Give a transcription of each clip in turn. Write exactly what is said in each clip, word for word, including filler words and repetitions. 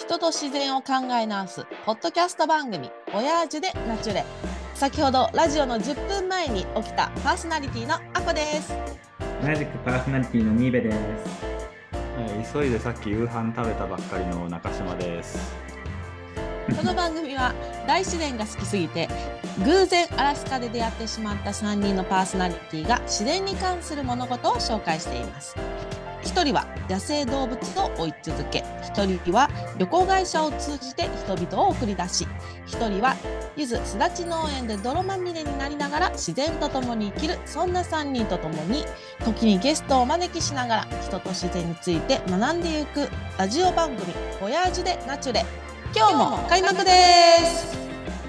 人と自然を考え直すポッドキャスト番組ボヤージュでナチュレ。先ほどラジオのじゅっぷんまえに起きたパーソナリティのアコです。 同じくパーソナリティのニーベです。 はい、急いでさっき夕飯食べたばっかりの中島です。 この番組は大自然が好きすぎて偶然アラスカで出会ってしまったさんにんのパーソナリティが自然に関する物事を紹介しています。一人は野生動物を追い続け、一人は旅行会社を通じて人々を送り出し、一人はゆずすだち農園で泥まみれになりながら自然と共に生きる、そんなさんにんと共に時にゲストをお招きしながら人と自然について学んでいくラジオ番組ボヤージュでナチュレ。今日も開幕です。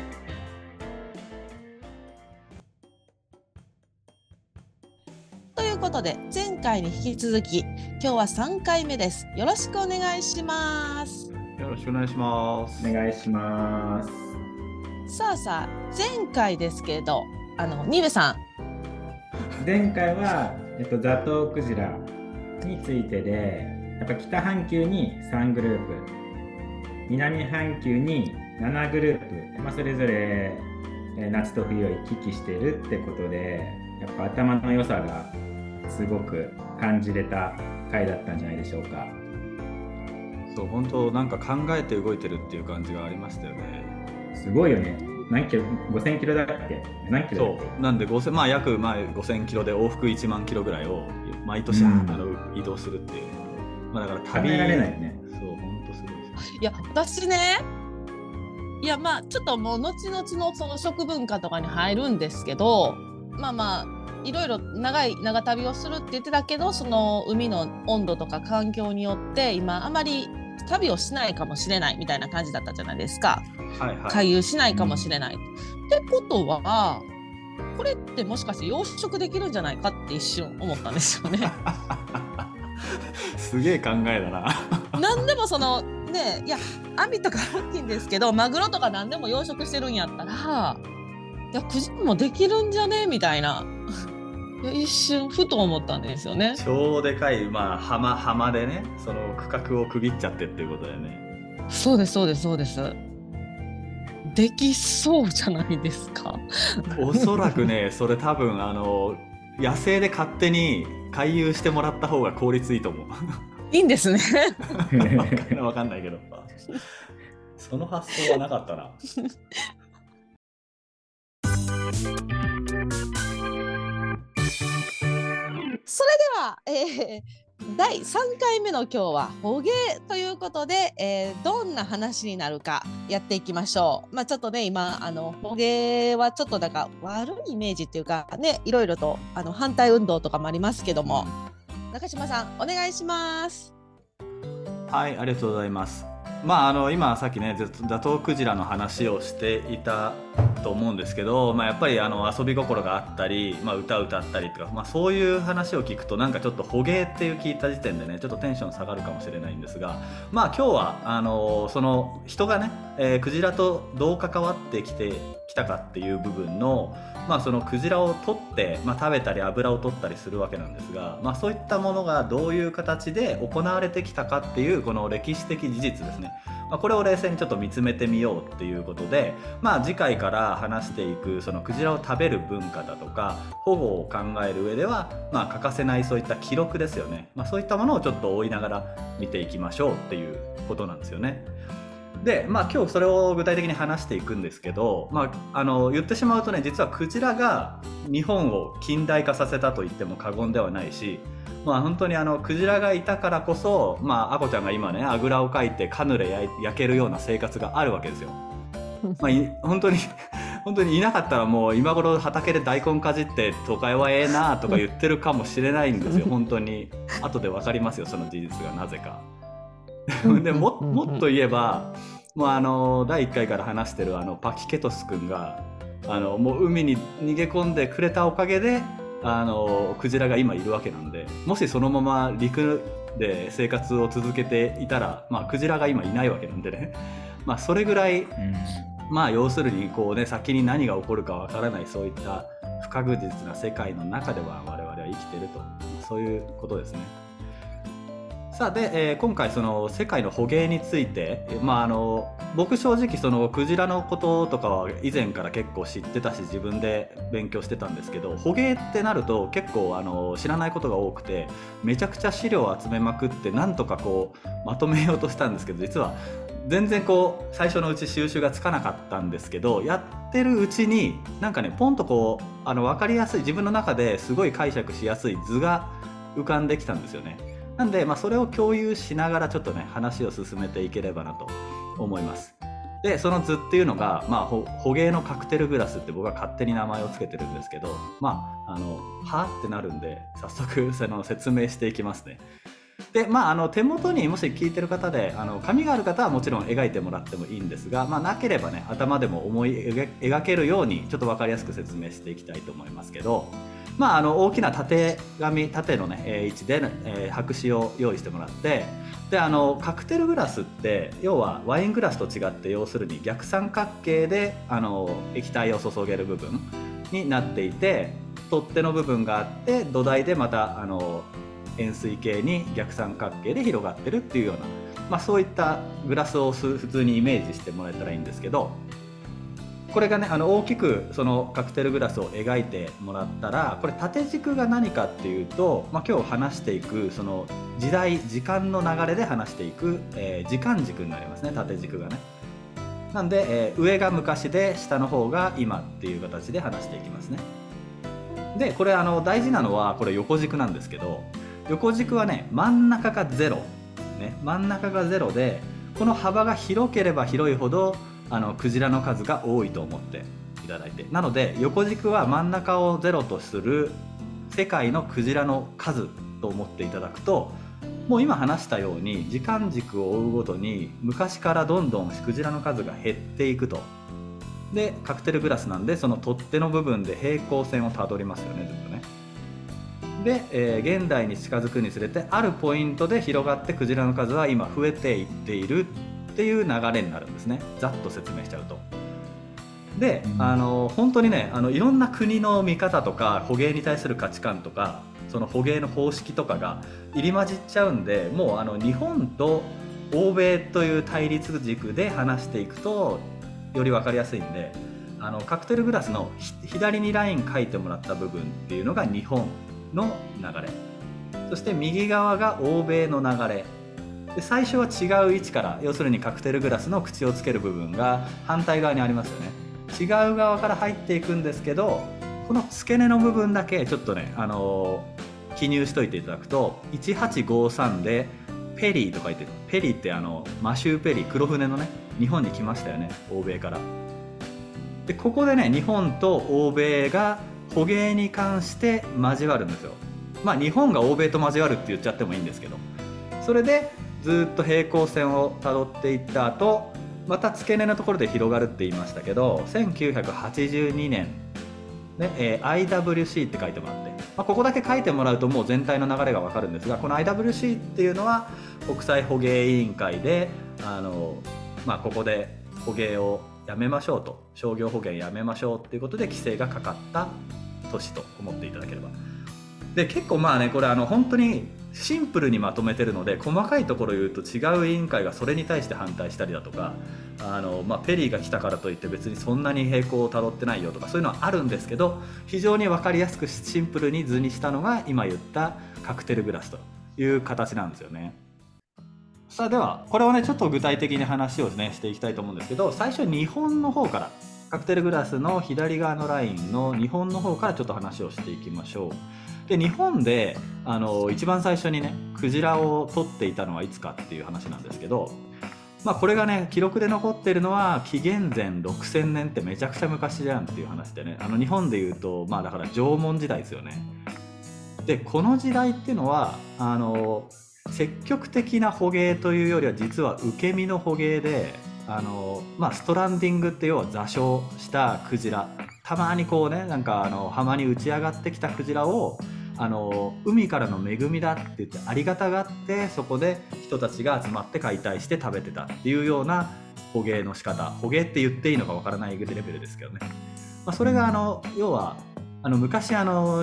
ということで前回に引き続き今日はさんかいめです。よろしくお願いします。 よろしくお願いします。 お願いします。 さあさあ、前回ですけど、あのニベさん、 前回は、えっと、ザトウクジラについてで、やっぱ北半球にさんグループ、南半球にななグループ、まあ、それぞれ夏と冬を行き来しているってことで、やっぱ頭の良さがすごく感じれた回だったんじゃないでしょうか。 そう、本当なんか考えて動いてるっていう感じがありましたよね。 すごいよね。何キロ、ごせんキロだっけ？何キロだっけ？ そうなんでごせん、まあ、約、まあ、ごせんキロで往復いちまんキロぐらいを毎年、うん、あの移動するっていう、まあ、だから旅考えられないよね。 そう、本当すごいです。 いや私ね、いやまあちょっともう後々のその食文化とかに入るんですけど、まあまあいろいろ長い長旅をするって言ってたけど、その海の温度とか環境によって今あまり旅をしないかもしれないみたいな感じだったじゃないですか。 はいはい、 回遊しないかもしれない、うん、ってことはこれってもしかして養殖できるんじゃないかって一瞬思ったんですよね。 すげえ考えだな。 何でもそのね、いや網とか大きいんですけど、マグロとか何でも養殖してるんやったら、いやクジラもできるんじゃねみたいな。いや一瞬ふと思ったんですよね。 超でかい、まあ、浜, 浜でね、その区画を区切っちゃってっていうことだよね。 そうですそうですそうです。できそうじゃないですか。 おそらくね、それ多分あの野生で勝手に回遊してもらった方が効率いいと思う。 いいんですね。 わかんないけど、その発想はなかったな。 それでは、えー、だいさんかいめの今日は捕鯨ということで、えー、どんな話になるかやっていきましょう。まあちょっとね、今あの捕鯨はちょっとだから悪いイメージっていうかね、いろいろとあの反対運動とかもありますけども、中島さんお願いします。 はい、ありがとうございます。まあ、あの今さっきねザトウクジラの話をしていたと思うんですけど、まあ、やっぱりあの遊び心があったり、まあ、歌歌ったりとか、まあ、そういう話を聞くとなんかちょっと捕鯨っていう聞いた時点でねちょっとテンション下がるかもしれないんですが、まあ今日はあのその人がね、えー、クジラとどう関わってきてきたかっていう部分の、まあ、そのクジラを取って、まあ、食べたり油を取ったりするわけなんですが、まあ、そういったものがどういう形で行われてきたかっていうこの歴史的事実ですね、まあ、これを冷静にちょっと見つめてみようっていうことで、まあ、次回から話していくそのクジラを食べる文化だとか保護を考える上では、まあ、欠かせないそういった記録ですよね、まあ、そういったものをちょっと追いながら見ていきましょうっていうことなんですよね。で、まあ、今日それを具体的に話していくんですけど、まあ、あの言ってしまうとね、実はクジラが日本を近代化させたと言っても過言ではないし、まあ、本当にあのクジラがいたからこそ、まあ、あこちゃんが今ねあぐらをかいてカヌレ焼けるような生活があるわけですよ。まあ、本当に本当にいなかったらもう今頃畑で大根かじって都会はええなとか言ってるかもしれないんですよ。本当に後で分かりますよ、その事実がなぜか。で も, もっと言えばもうあのだいいっかいから話してるあのパキケトス君があのもう海に逃げ込んでくれたおかげであのクジラが今いるわけなんで、もしそのまま陸で生活を続けていたら、まあ、クジラが今いないわけなんでね、まあ、それぐらい、うん、まあ要するにこう、ね、先に何が起こるかわからないそういった不確実な世界の中では我々は生きていると、そういうことですね。 さあで、えー今回その世界の捕鯨について、まあ、あの僕正直そのクジラのこととかは以前から結構知ってたし自分で勉強してたんですけど、捕鯨ってなると結構あの知らないことが多くて、めちゃくちゃ資料を集めまくってなんとかこうまとめようとしたんですけど、実は全然こう最初のうち収集がつかなかったんですけど、やってるうちになんかねポンとこうあの分かりやすい、自分の中ですごい解釈しやすい図が浮かんできたんですよね。なんで、まあ、それを共有しながらちょっとね話を進めていければなと思います。でその図っていうのが、まあ、ほ捕鯨のカクテルグラスって僕は勝手に名前を付けてるんですけど、まああのはってなるんで早速その説明していきますね。でまあ、あの手元にもし聞いてる方であの紙がある方はもちろん描いてもらってもいいんですが、まあ、なければね頭でも思い描描けるようにちょっと分かりやすく説明していきたいと思いますけど、まあ、あの大きな縦紙縦の、ね、えー位置で、えー白紙を用意してもらって、であのカクテルグラスって要はワイングラスと違って要するに逆三角形であの液体を注げる部分になっていて、取っ手の部分があって土台でまたあの円錐形に逆三角形で広がってるっていうような、まあ、そういったグラスを普通にイメージしてもらえたらいいんですけど、これがねあの大きくそのカクテルグラスを描いてもらったら、これ縦軸が何かっていうと、まあ、今日話していくその時代時間の流れで話していく、えー時間軸になりますね、縦軸がね。なんで、えー上が昔で下の方が今っていう形で話していきますね。でこれあの大事なのはこれ横軸なんですけど、横軸はね真ん中がゼロ、ね、真ん中がゼロで、この幅が広ければ広いほどあのクジラの数が多いと思っていただいて、なので横軸は真ん中をゼロとする世界のクジラの数と思っていただくと、もう今話したように時間軸を追うごとに昔からどんどんクジラの数が減っていくと。でカクテルグラスなんでその取っ手の部分で平行線をたどりますよね、ずっとね。で、えー現代に近づくにつれてあるポイントで広がってクジラの数は今増えていっているっていう流れになるんですね、ざっと説明しちゃうと。で、あの本当にねあのいろんな国の見方とか捕鯨に対する価値観とかその捕鯨の方式とかが入り混じっちゃうんで、もうあの日本と欧米という対立軸で話していくとより分かりやすいんで、あのカクテルグラスのひ左にライン書いてもらった部分っていうのが日本の流れ、そして右側が欧米の流れで、最初は違う位置から、要するにカクテルグラスの口をつける部分が反対側にありますよね。違う側から入っていくんですけど、この付け根の部分だけちょっとね、あのー記入しといていただくといちはちごさんでペリーと書いてる。ペリーってあのマシュー・ペリー、黒船のね、日本に来ましたよね、欧米から。でここでね日本と欧米が捕鯨に関して交わるんですよ。まあ日本が欧米と交わるって言っちゃってもいいんですけど、それでずっと平行線をたどっていった後、また付け根のところで広がるって言いましたけど、せんきゅうひゃくはちじゅうにねん、ねえー アイダブリューシー って書いてもらって、まあ、ここだけ書いてもらうともう全体の流れが分かるんですが、この アイダブリューシー っていうのは国際捕鯨委員会であの、まあ、ここで捕鯨をやめましょうと、商業捕鯨やめましょうっていうことで規制がかかった年と思っていただければ。で結構まあねこれあの本当にシンプルにまとめてるので、細かいところを言うと違う委員会がそれに対して反対したりだとか、あの、まあ、ペリーが来たからといって別にそんなに平行をたどってないよとかそういうのはあるんですけど、非常に分かりやすくシンプルに図にしたのが今言ったカクテルグラスという形なんですよね。さあではこれをねちょっと具体的に話を、ね、していきたいと思うんですけど、最初日本の方からカクテルグラスの左側のラインの日本の方からちょっと話をしていきましょう。で日本であの一番最初にねクジラを取っていたのはいつかっていう話なんですけど、まあ、これがね記録で残っているのは紀元前ろくせんねんってめちゃくちゃ昔じゃんっていう話でね、あの日本でいうとまあだから縄文時代ですよね。でこの時代っていうのはあの積極的な捕鯨というよりは実は受け身の捕鯨で、あの、まあ、ストランディングって要は座礁したクジラ、たまにこうねなんかあの浜に打ち上がってきたクジラをあの海からの恵みだって言ってありがたがって、そこで人たちが集まって解体して食べてたっていうような捕鯨の仕方、捕鯨って言っていいのかわからないレベルですけどね、まあ、それがあの要はあの昔あの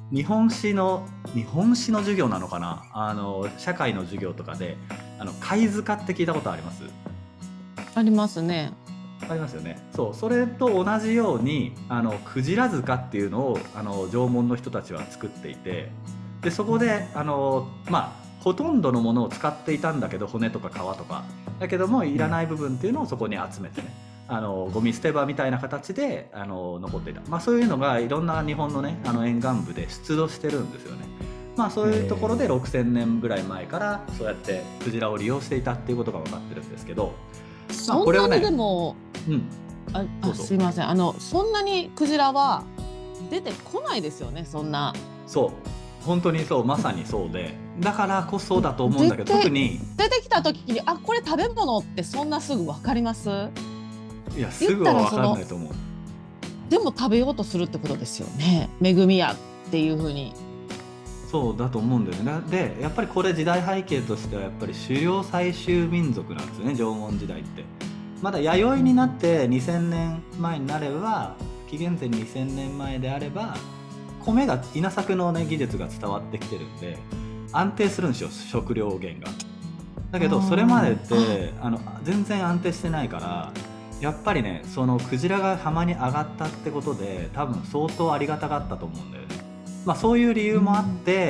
日本史の日本史の授業なのかな、あの社会の授業とかであの貝塚って聞いたことあります？ ありますね。 ありますよね。そう、それと同じようにあのクジラ塚っていうのをあの縄文の人たちは作っていて、でそこであのまあほとんどのものを使っていたんだけど、骨とか皮とかだけどもいらない部分っていうのをそこに集めてね、あのゴミ捨て場みたいな形であの残っていた、まあ、そういうのがいろんな日本のねあの沿岸部で出土してるんですよね。まあそういうところでろくせんねんぐらい前からそうやってクジラを利用していたっていうことが分かってるんですけど、まあ、これをね、 そんなにでも、うん、ああすいません、あのそんなにクジラは出てこないですよね。そんな、 そう本当にそう、まさにそうで、だからこそだと思うんだけど、特に出てきた時にあこれ食べ物ってそんなすぐ分かります？ いやすぐは分かんないと思う。 でも食べようとするってことですよね。恵みやっていう風に。 そうだと思うんだよね。でやっぱりこれ時代背景としてはやっぱり狩猟採集民族なんですよね、縄文時代って。まだ弥生になってにせんねんまえになれば、紀元前にせんねんまえであれば米が稲作の、ね、技術が伝わってきてるんで安定するんですよ、食料源が。だけどそれまでってあの全然安定してないから、やっぱりねそのクジラが浜に上がったってことで多分相当ありがたかったと思うんだよね。まあ、そういう理由もあって、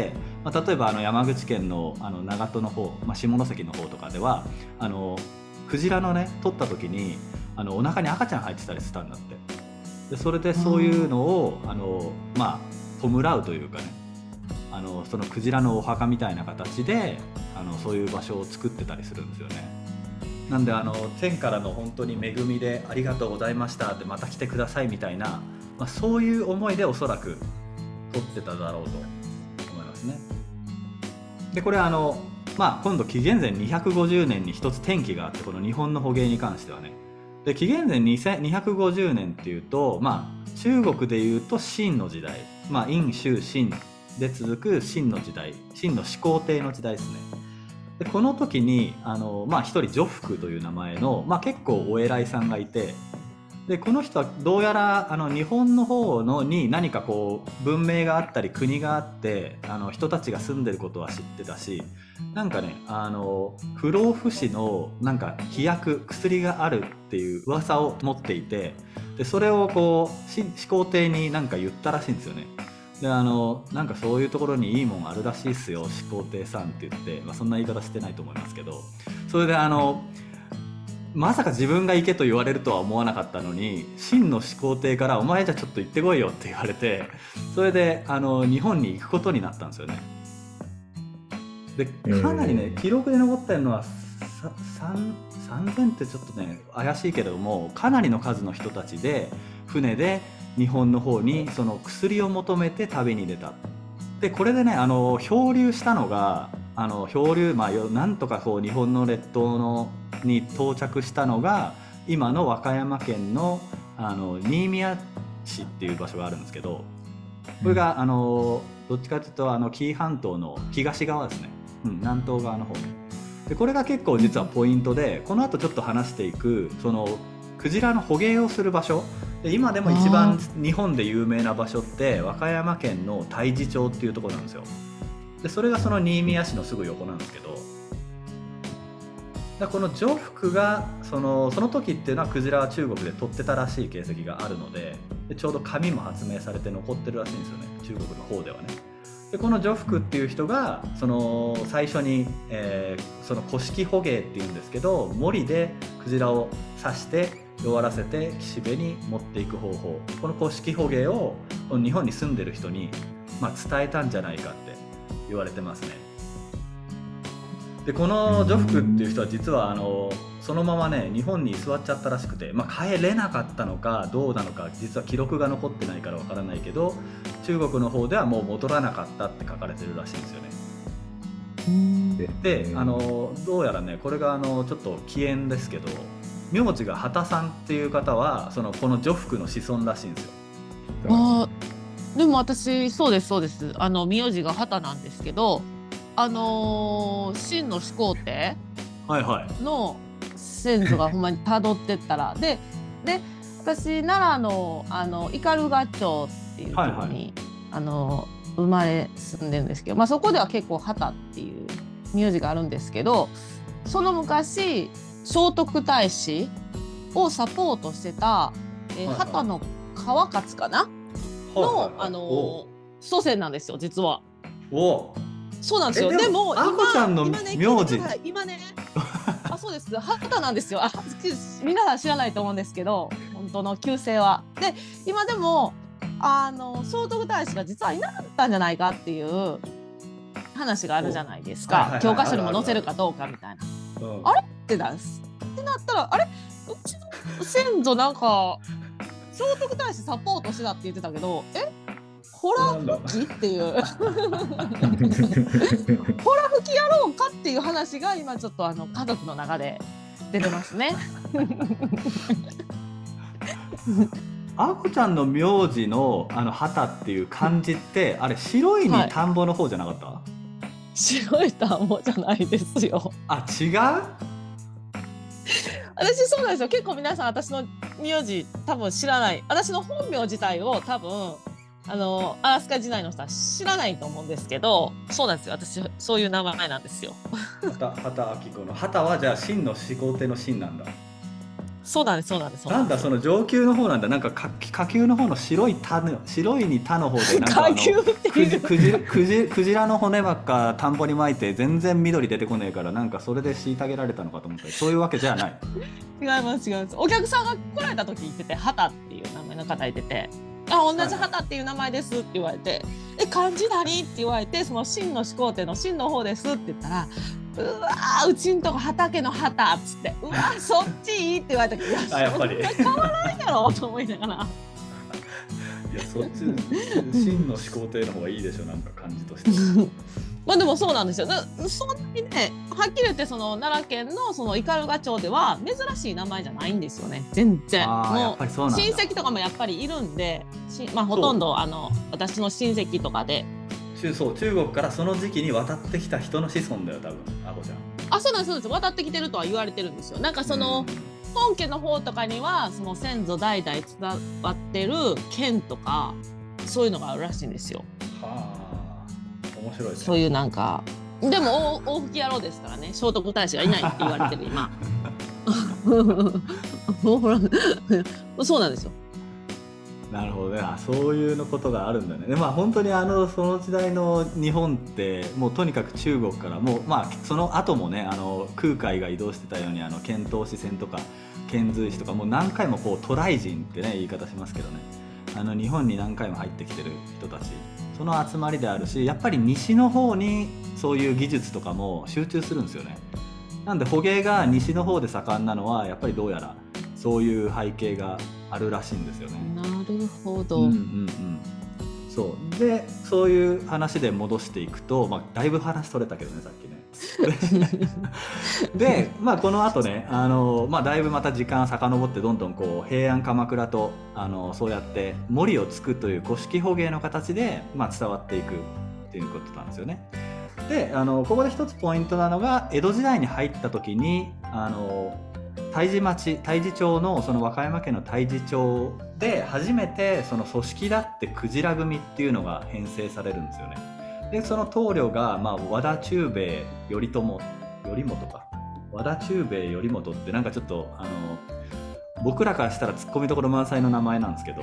まあ、例えばあの山口県 の, あの長門の方、まあ、下関の方とかではあのクジラのね取った時にあのお腹に赤ちゃん入ってたりしたんだって。でそれでそういうのをあの、まあ、弔うというかね、あのそのクジラのお墓みたいな形であのそういう場所を作ってたりするんですよね。なんであの天からの本当に恵みでありがとうございましたってまた来てくださいみたいな、まあ、そういう思いでおそらく取ってただろうと思いますね。でこれあの、まあ、今度紀元前にひゃくごじゅうねんに一つ転機があって、この日本の捕鯨に関してはね。で紀元前にひゃくごじゅうねんっていうと、まあ、中国でいうと秦の時代、まあ、殷周秦で続く秦の時代、秦の始皇帝の時代ですね。でこの時にあの、まあ、一人徐福という名前の、まあ、結構お偉いさんがいて、でこの人はどうやらあの日本の方のに何かこう文明があったり国があってあの人たちが住んでることは知ってたし、なんかねあの不老不死のなんか飛薬薬があるっていう噂を持っていて、でそれをこう始皇帝になんか言ったらしいんですよね。であのなんかそういうところにいいもんあるらしいっすよ始皇帝さんって言って、まあ、そんな言い方してないと思いますけど、それであのまさか自分が行けと言われるとは思わなかったのに、秦の始皇帝からお前じゃちょっと行ってこいよって言われて、それであの日本に行くことになったんですよね。でかなりね記録で残ってるのはさんぜんってちょっとね怪しいけれども、かなりの数の人たちで船で日本の方にその薬を求めて旅に出た。でこれでねあの漂流したのがあの漂流、まあ、なんとかこう日本の列島のに到着したのが今の和歌山県 の, あの新宮市っていう場所があるんですけど、これがあのどっちかというとあの紀伊半島の東側ですね、うん、南東側の方で、これが結構実はポイントで、この後ちょっと話していくそのクジラの捕鯨をする場所で、今でも一番日本で有名な場所って和歌山県の太地町っていうところなんですよ。でそれがその新宮市のすぐ横なんですけど、だこの徐福がそのその時っていうのはクジラは中国で取ってたらしい形跡があるの で, でちょうど紙も発明されて残ってるらしいんですよね、中国の方ではね。でこの徐福っていう人がその最初に、えー、その古式捕鯨っていうんですけど、銛でクジラを刺して弱らせて岸辺に持っていく方法、この古式捕鯨をこの日本に住んでる人に、まあ、伝えたんじゃないかって言われてますね。でこの徐福っていう人は実はあのそのままね日本に居座っちゃったらしくて、まあ、帰れなかったのかどうなのか実は記録が残ってないからわからないけど、中国の方ではもう戻らなかったって書かれてるらしいんですよね。であのどうやらねこれがあのちょっと起源ですけど、名字が畑さんっていう方はそのこの徐福の子孫らしいんですよ。 あでも私そうですそうです、あの名字が畑なんですけど、あのー、秦の始皇帝の先祖がほんまにたどってったら、でで私奈良のあの斑鳩町っていうところに、はいはい、あの生まれ住んでるんですけど、まあ、そこでは結構畑っていう名字があるんですけど、その昔聖徳太子をサポートしてた、えーはいはい畑の川勝かなの、あのー祖先なんですよ実は。 おそうなんですよ。 えででももあこちゃんの今ね名字聞いてください今ねあそうです畑なんですよ。あ皆さん知らないと思うんですけど、本当の旧姓は。で今でもあの聖徳太子が実はいなかったんじゃないかっていう話があるじゃないですか。 はいはいはい教科書にも載せるかどうかみたいな。 うんあれってなんですってなったら、あれうちの先祖なんか聖徳太子サポートしてたって言ってたけど、えホラー吹きっていうホラ吹きやろうかっていう話が今ちょっとあの家族の中で出てますね。 あこちゃんの名字のあの畑っていう漢字ってあれ白いに田んぼの方じゃなかった、はい、 白い田んぼじゃないですよ。 あ違う私そうなんですよ。結構皆さん私の名字多分知らない、私の本名自体を多分あのアラスカ時代の人は知らないと思うんですけど、そうなんですよ。私そういう名前なんですよ。 畑畑明子の畑はじゃあ真の始皇帝の真なんだ。 そうなんですそうなんです。 なんだその上級の方なんだ。なんか下下級の方の白い田の白いに田の方でなんかあの下級ってクいうジクジクジクジラの骨ばっか田んぼに巻いて全然緑出てこねえからなんかそれで虐げられたのかと思ったらそういうわけじゃない。 違います違います。お客さんが来られた時言ってて、畑っていう名前の方いてて、あ同じ畑っていう名前ですって言われて、え漢字何って言われて、その真の始皇帝の真の方ですって言ったら、うわーうちんとこ畑の畑っつって、うわーそっちいいって言われたけど、 あやっぱり変わらんやろと思いながら。 いやそっち真の始皇帝の方がいいでしょなんか感じとしてまあでもそうなんですよ。だそんなにね、はっきり言ってその奈良県のその斑鳩町では珍しい名前じゃないんですよね。全然。 あーやもっぱりそうなんだ。 親戚とかもやっぱりいるんで、しまあほとんどあの私の親戚とかで。 中そう中国からその時期に渡ってきた人の子孫だよ多分あこちゃん。 あ、そうなんですそうです。渡ってきてるとは言われてるんですよ。なんかその、 うん本家の方とかにはその先祖代々伝わってる県とかそういうのがあるらしいんですよ。 はあ面白いですね。 そういうなんかでも大大吹き野郎ですからね、聖徳太子がいないって言われてる今もうほらそうなんですよ。 なるほどね。あそういうのことがあるんだね。でまあ本当にあのその時代の日本ってもうとにかく中国からもうまあその後もねあの空海が移動してたようにあの遣唐使船とか遣隋使とかもう何回もこう渡来人ってね言い方しますけどね、あの日本に何回も入ってきてる人たちその集まりであるし、やっぱり西の方にそういう技術とかも集中するんですよね。なんで捕鯨が西の方で盛んなのはやっぱりどうやらそういう背景があるらしいんですよね。 なるほど。 うんうんうん、そうでそういう話で戻していくと、まあ、だいぶ話取れたけどねさっきねで、まあ、このあとねあの、まあ、だいぶまた時間遡ってどんどんこう平安鎌倉とあのそうやって森をつくという古式捕鯨の形で、まあ、伝わっていくっていうことなんですよね。であのここで一つポイントなのが江戸時代に入った時にあの太地町太地町のその和歌山県の太地町で初めてその組織だってクジラ組っていうのが編成されるんですよね。でその棟梁が、まあ、和田忠兵衛頼朝頼元か和田忠兵衛頼元ってなんかちょっとあの僕らからしたらツッコミどころ満載の名前なんですけど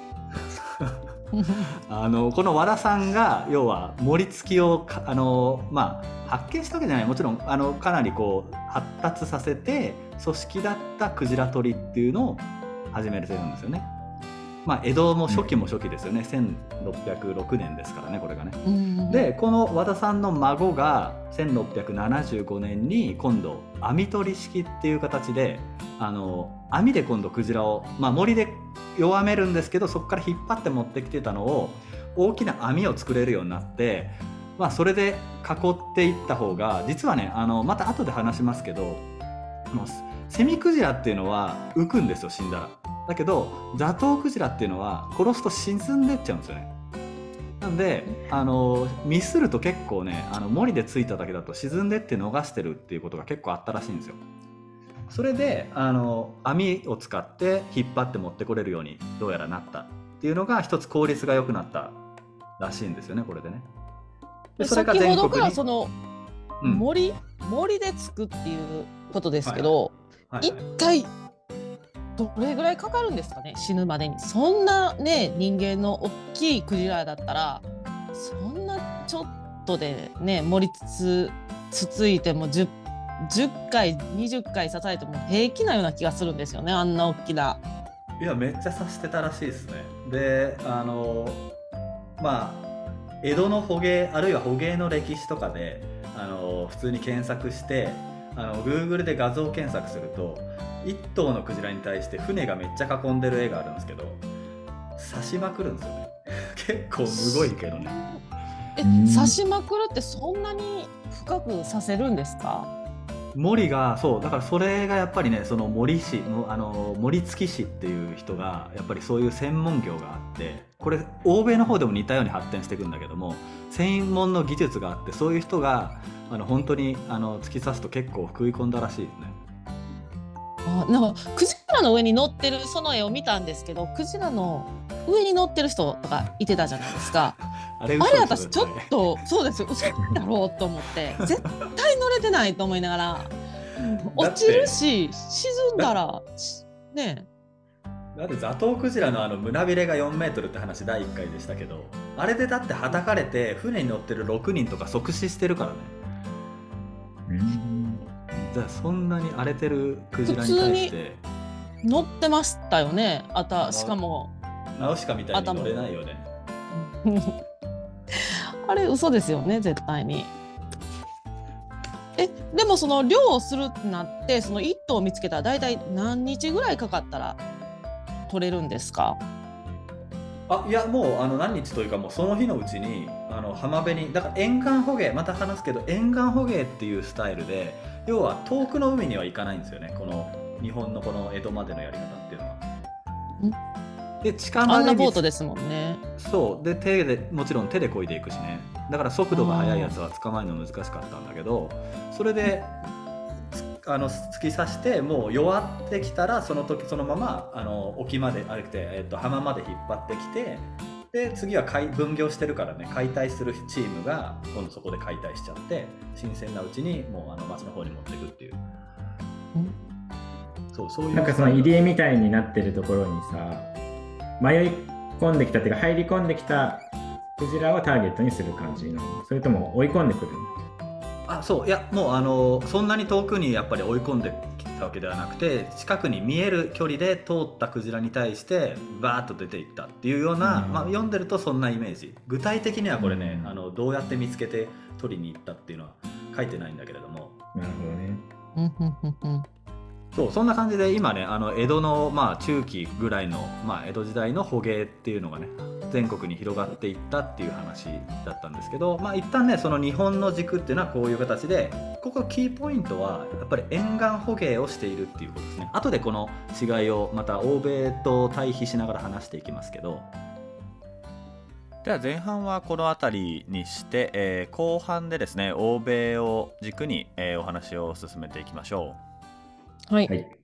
あのこの和田さんが要は盛り付きをあの、まあ、発見したわけじゃない、もちろんあのかなりこう発達させて組織だったクジラ取りっていうのを始めてるんですよね。まあ、江戸も初期も初期ですよね、うん、せんろっぴゃくろくねんですからねこれがね、うん、でこの和田さんの孫がせんろっぴゃくななじゅうごねんに今度網取り式っていう形であの網で今度クジラを、まあ、森で弱めるんですけどそこから引っ張って持ってきてたのを大きな網を作れるようになって、まあ、それで囲っていった方が実はねあのまた後で話しますけどセミクジラっていうのは浮くんですよ死んだら。だけどザトウクジラっていうのは殺すと沈んでっちゃうんですよね。なんであのミスると結構ねあの森でついただけだと沈んでって逃してるっていうことが結構あったらしいんですよ。それであの網を使って引っ張って持ってこれるようにどうやらなったっていうのが一つ効率が良くなったらしいんですよねこれでね。ででそれが先ほど全国にからそのうん森、森でつくっていうことですけど、 はいはい一体どれぐらいかかるんですかね、死ぬまでに。そんなね人間の大きいクジラだったらそんなちょっとでね森つつついても 10, 10回にじゅっかい刺されても平気なような気がするんですよね、あんな大きな。 いやめっちゃ刺してたらしいですね。であのまあ江戸の捕鯨あるいは捕鯨の歴史とかであの普通に検索してあの Google で画像検索するといっ頭のクジラに対して船がめっちゃ囲んでる絵があるんですけど刺しまくるんですよね結構むごいけどね。 え刺しまくるってそんなに深く刺せるんですか？ 森がそうだからそれがやっぱりねその森氏のあの森月氏っていう人がやっぱりそういう専門業があってこれ欧米の方でも似たように発展していくんだけども専門の技術があってそういう人があの本当にあの突き刺すと結構食い込んだらしいですね。 あなんかクジラの上に乗ってるその絵を見たんですけどクジラの上に乗ってる人とかいてたじゃないですか。 あれあれ嘘です私ちょっとそうですよ嘘だろうと思って絶対乗れてないと思いながら落ちるし沈んだらねだってザトウクジラのあの胸びれがよんメートルって話だいいっかいでしたけどあれでだってはたかれて船に乗ってるろくにんとか即死してるからね。 うんじゃあそんなに荒れてるクジラに対して乗ってましたよね。あたしかもナウシカみたいに乗れないよね。 あれ嘘ですよね絶対に。えでもその漁をするってなってその一頭を見つけたら大体何日ぐらいかかったら取れるんですか？ あいやもうあの何日というかもうその日のうちにあの浜辺にだから沿岸捕鯨また話すけど沿岸捕鯨っていうスタイルで要は遠くの海には行かないんですよねこの日本のこの江戸までのやり方っていうのは。で近あ場でんなボートですもんね。 そうで手でもちろん手で漕いでいくしねだから速度が速いやつは捕まえるの難しかったんだけどそれであの突き刺してもう弱ってきたらその時そのままあの沖まで歩いて、えっと、浜まで引っ張ってきてで次は海分業してるからね解体するチームが今度そこで解体しちゃって新鮮なうちにもうあの町の方に持っていくっていう、うん、そうそういうなんかその入り江みたいになってるところにさ迷い込んできたっていうか入り込んできたクジラをターゲットにする感じなの？それとも追い込んでくるの？ あそういやもうあのそんなに遠くにやっぱり追い込んできたわけではなくて近くに見える距離で通ったクジラに対してバーッと出ていったっていうような、うんまあ、読んでるとそんなイメージ。具体的にはこれね、うん、あのどうやって見つけて取りに行ったっていうのは書いてないんだけれども。 なるほどね。 そうそんな感じで今ねあの江戸の、まあ、中期ぐらいの、まあ、江戸時代の捕鯨っていうのがね全国に広がっていったっていう話だったんですけど、まあ、一旦ねその日本の軸っていうのはこういう形でここキーポイントはやっぱり沿岸捕鯨をしているっていうことですね。後でこの違いをまた欧米と対比しながら話していきますけどでは前半はこの辺りにして、えー、後半でですね欧米を軸に、えー、お話を進めていきましょう。 はい、はい